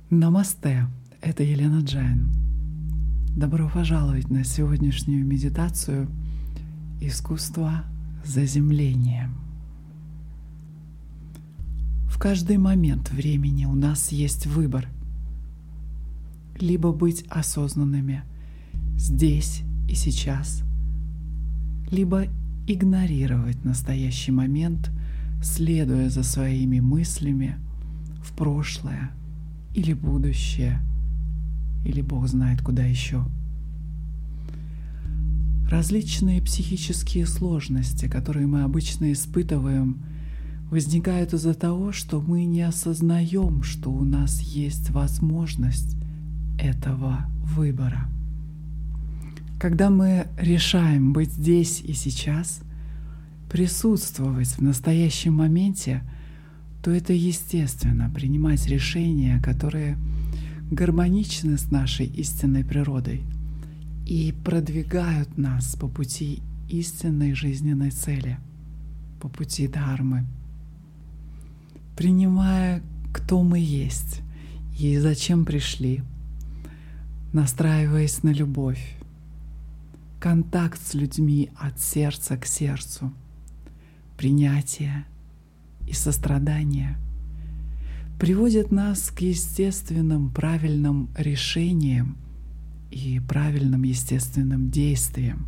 Намасте, это Елена Джайн. Добро пожаловать на сегодняшнюю медитацию «Искусство заземления». В каждый момент времени у нас есть выбор. Либо быть осознанными здесь и сейчас, либо игнорировать настоящий момент, следуя за своими мыслями в прошлое или будущее, или Бог знает куда еще. Различные психические сложности, которые мы обычно испытываем, возникают из-за того, что мы не осознаем, что у нас есть возможность этого выбора. Когда мы решаем быть здесь и сейчас, присутствовать в настоящем моменте, то это естественно принимать решения, которые гармоничны с нашей истинной природой и продвигают нас по пути истинной жизненной цели, по пути дхармы. Принимая, кто мы есть и зачем пришли, настраиваясь на любовь, контакт с людьми от сердца к сердцу, принятие и сострадание приводят нас к естественным правильным решениям и правильным естественным действиям.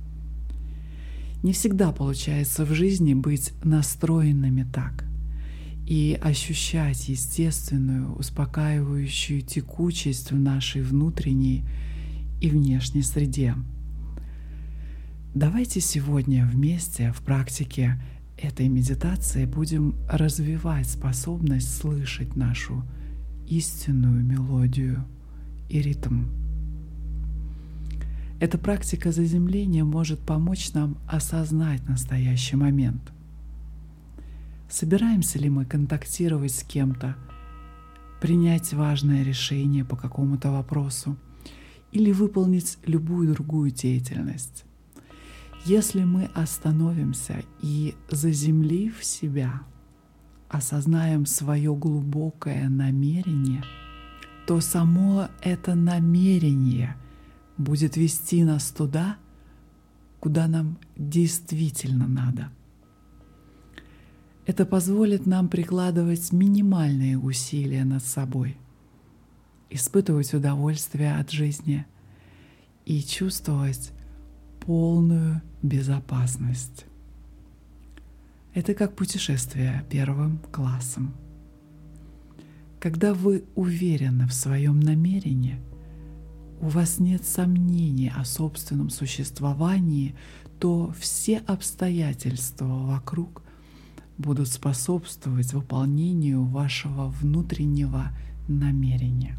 Не всегда получается в жизни быть настроенными так и ощущать естественную, успокаивающую текучесть в нашей внутренней и внешней среде. Давайте сегодня вместе в практике этой медитации будем развивать способность слышать нашу истинную мелодию и ритм. Эта практика заземления может помочь нам осознать настоящий момент. Собираемся ли мы контактировать с кем-то, принять важное решение по какому-то вопросу или выполнить любую другую деятельность? Если мы остановимся и, заземлив себя, осознаем свое глубокое намерение, то само это намерение будет вести нас туда, куда нам действительно надо. Это позволит нам прикладывать минимальные усилия над собой, испытывать удовольствие от жизни и чувствовать полную безопасность. Это как путешествие первым классом. Когда вы уверены в своем намерении, у вас нет сомнений о собственном существовании, то все обстоятельства вокруг будут способствовать выполнению вашего внутреннего намерения.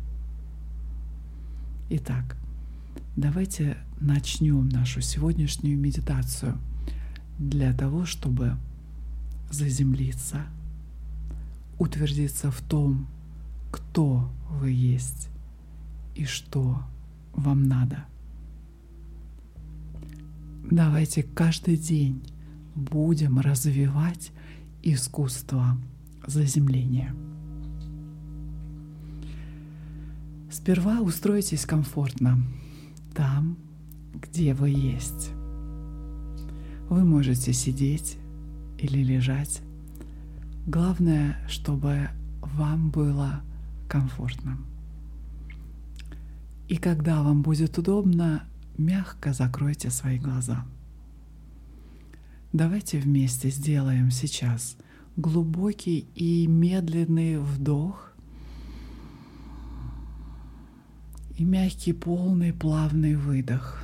Итак, давайте начнем нашу сегодняшнюю медитацию для того, чтобы заземлиться, утвердиться в том, кто вы есть и что вам надо. Давайте каждый день будем развивать искусство заземления. Сперва устройтесь комфортно там, где вы есть. Вы можете сидеть или лежать. Главное, чтобы вам было комфортно. И когда вам будет удобно, мягко закройте свои глаза. Давайте вместе сделаем сейчас глубокий и медленный вдох и мягкий, полный, плавный выдох.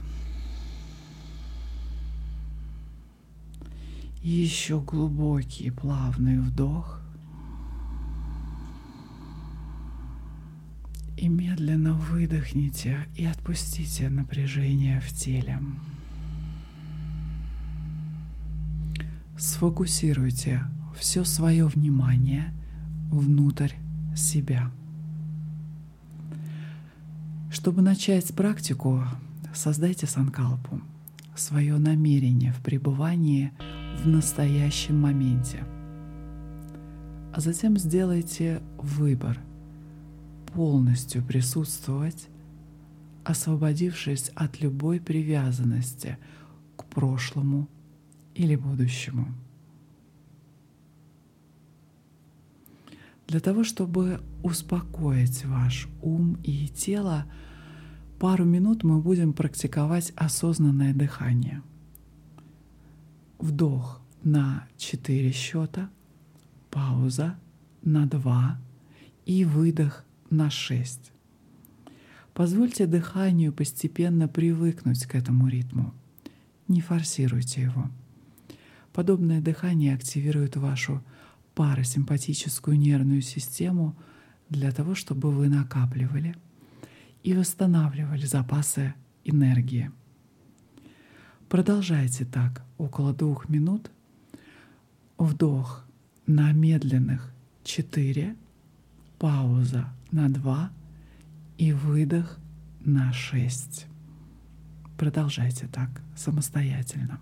И еще глубокий, плавный вдох. И медленно выдохните и отпустите напряжение в теле. Сфокусируйте все свое внимание внутрь себя. Чтобы начать практику, создайте санкалпу, свое намерение в пребывании в настоящем моменте. А затем сделайте выбор полностью присутствовать, освободившись от любой привязанности к прошлому или будущему. Для того, чтобы успокоить ваш ум и тело, пару минут мы будем практиковать осознанное дыхание. Вдох на 4 счета, пауза на 2 и выдох на 6. Позвольте дыханию постепенно привыкнуть к этому ритму. Не форсируйте его. Подобное дыхание активирует вашу парасимпатическую нервную систему для того, чтобы вы накапливали и восстанавливали запасы энергии. Продолжайте так около 2 минут. Вдох на медленных 4, пауза на 2 и выдох на 6. Продолжайте так самостоятельно.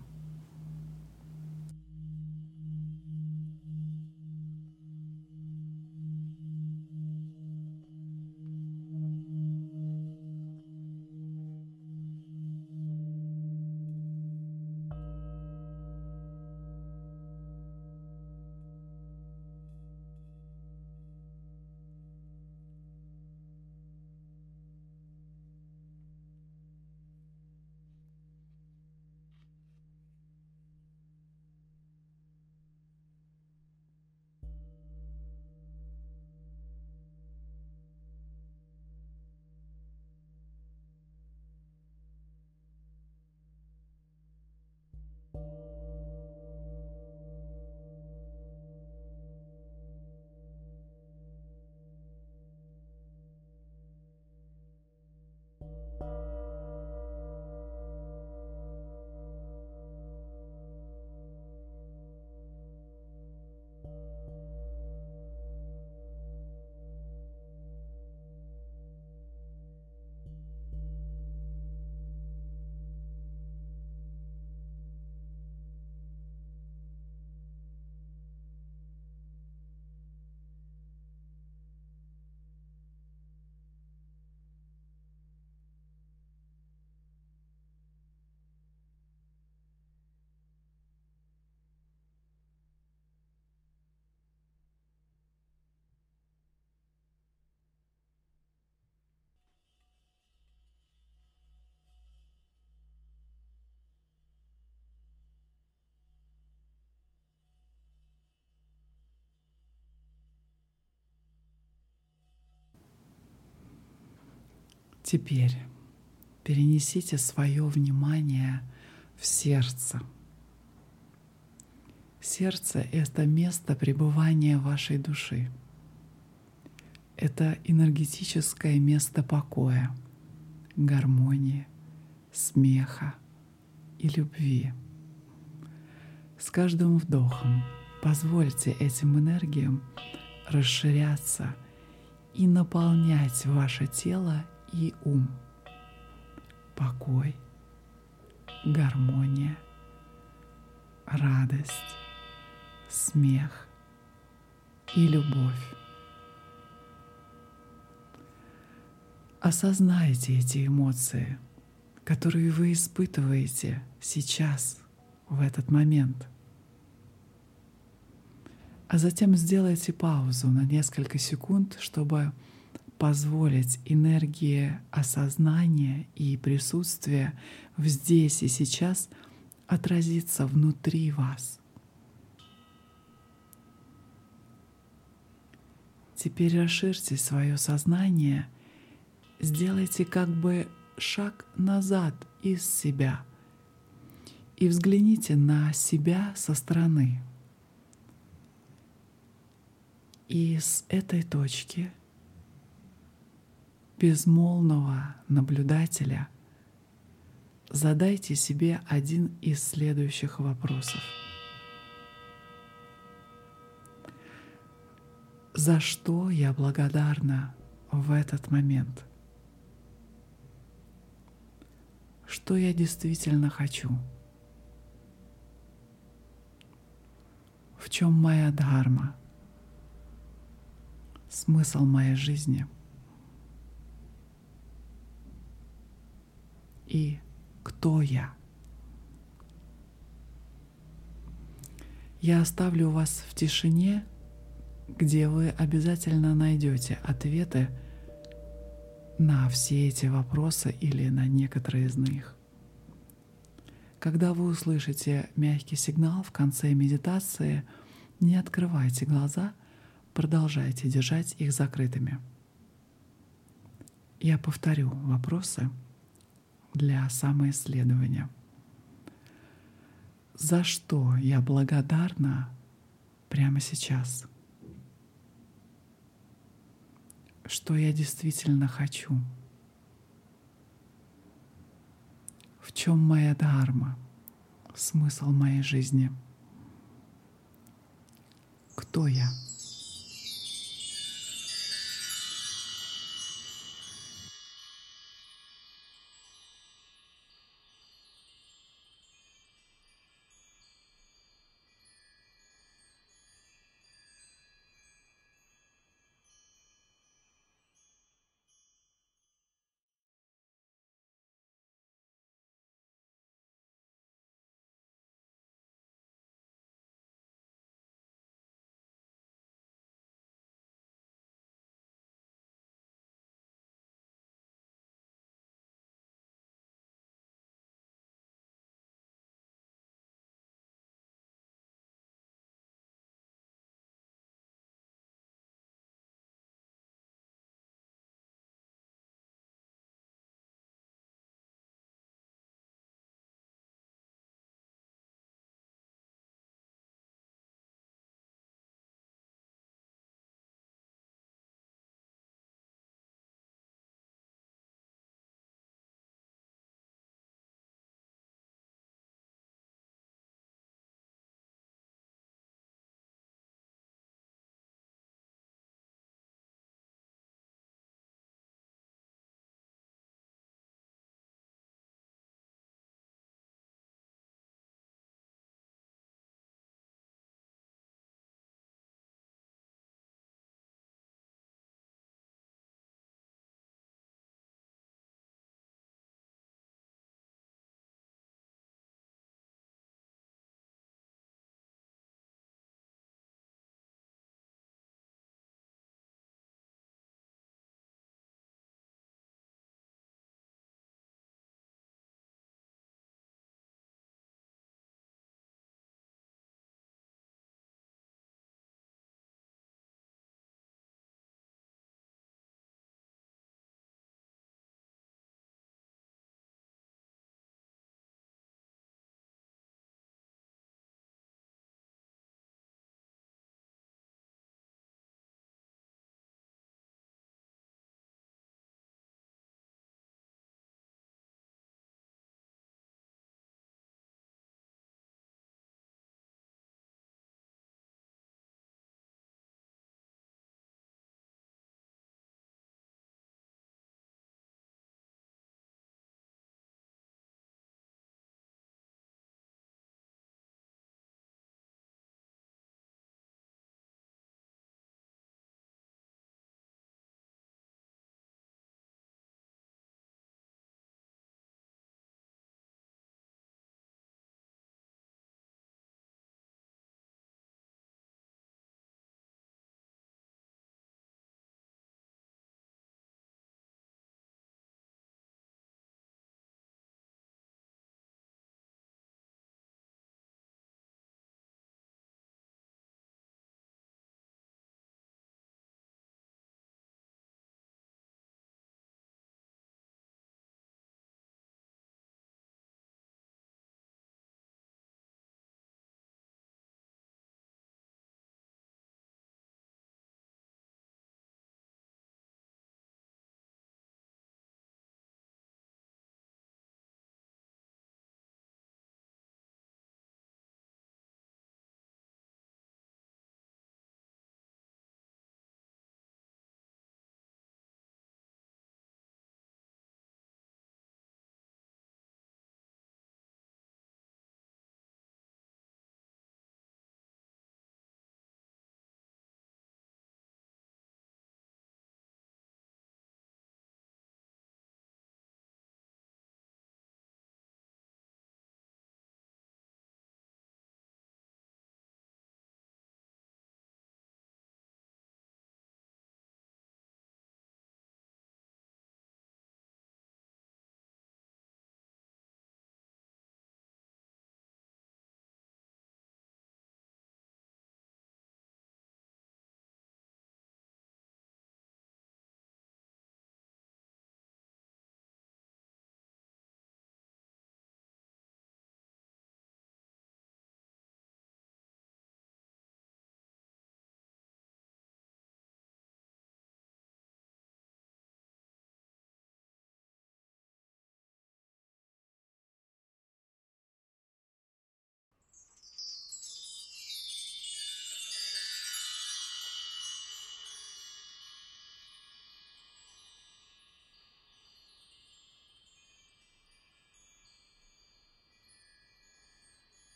Теперь перенесите свое внимание в сердце. Сердце — это место пребывания вашей души. Это энергетическое место покоя, гармонии, смеха и любви. С каждым вдохом позвольте этим энергиям расширяться и наполнять ваше тело и ум. Покой, гармония, радость, смех и любовь. Осознайте эти эмоции, которые вы испытываете сейчас, в этот момент. А затем сделайте паузу на несколько секунд, чтобы позволить энергии осознания и присутствия здесь и сейчас отразиться внутри вас. Теперь расширьте свое сознание, сделайте как бы шаг назад из себя и взгляните на себя со стороны. И с этой точки безмолвного наблюдателя задайте себе один из следующих вопросов. За что я благодарна в этот момент? Что я действительно хочу? В чем моя дхарма? Смысл моей жизни? и кто я. Я оставлю вас в тишине, где вы обязательно найдете ответы на все эти вопросы или на некоторые из них. Когда вы услышите мягкий сигнал в конце медитации, не открывайте глаза, продолжайте держать их закрытыми. Я повторю вопросы для самоисследования. За что я благодарна прямо сейчас? Что я действительно хочу? В чем моя дхарма, смысл моей жизни? Кто я?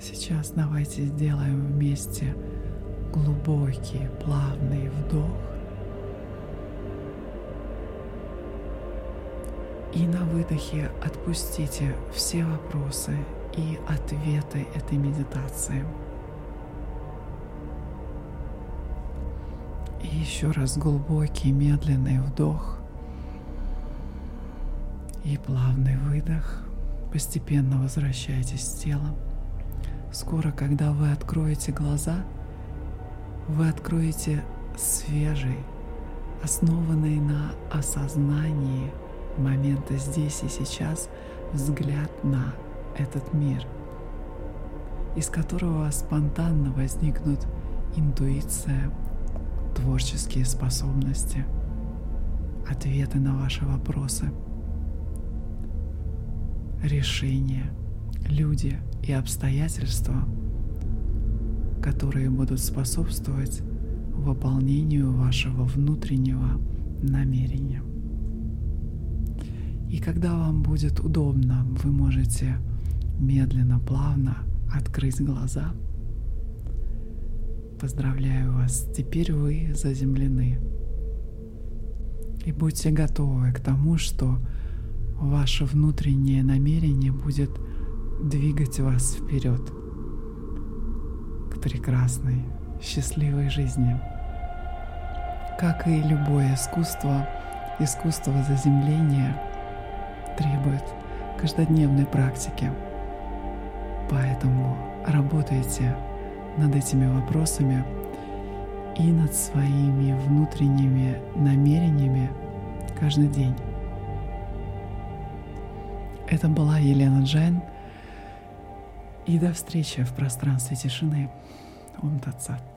Сейчас давайте сделаем вместе глубокий, плавный вдох. И на выдохе отпустите все вопросы и ответы этой медитации. И еще раз глубокий, медленный вдох и плавный выдох. Постепенно возвращайтесь в тело. Скоро, когда вы откроете глаза, вы откроете свежий, основанный на осознании момента здесь и сейчас взгляд на этот мир, из которого спонтанно возникнут интуиция, творческие способности, ответы на ваши вопросы, решения, люди и обстоятельства, которые будут способствовать выполнению вашего внутреннего намерения. И когда вам будет удобно, вы можете медленно, плавно открыть глаза. Поздравляю вас, теперь вы заземлены. И будьте готовы к тому, что ваше внутреннее намерение будет двигать вас вперед к прекрасной, счастливой жизни. Как и любое искусство, искусство заземления требует каждодневной практики. Поэтому работайте над этими вопросами и над своими внутренними намерениями каждый день. Это была Елена Джайн. И до встречи в пространстве тишины. Ом Тат Сат.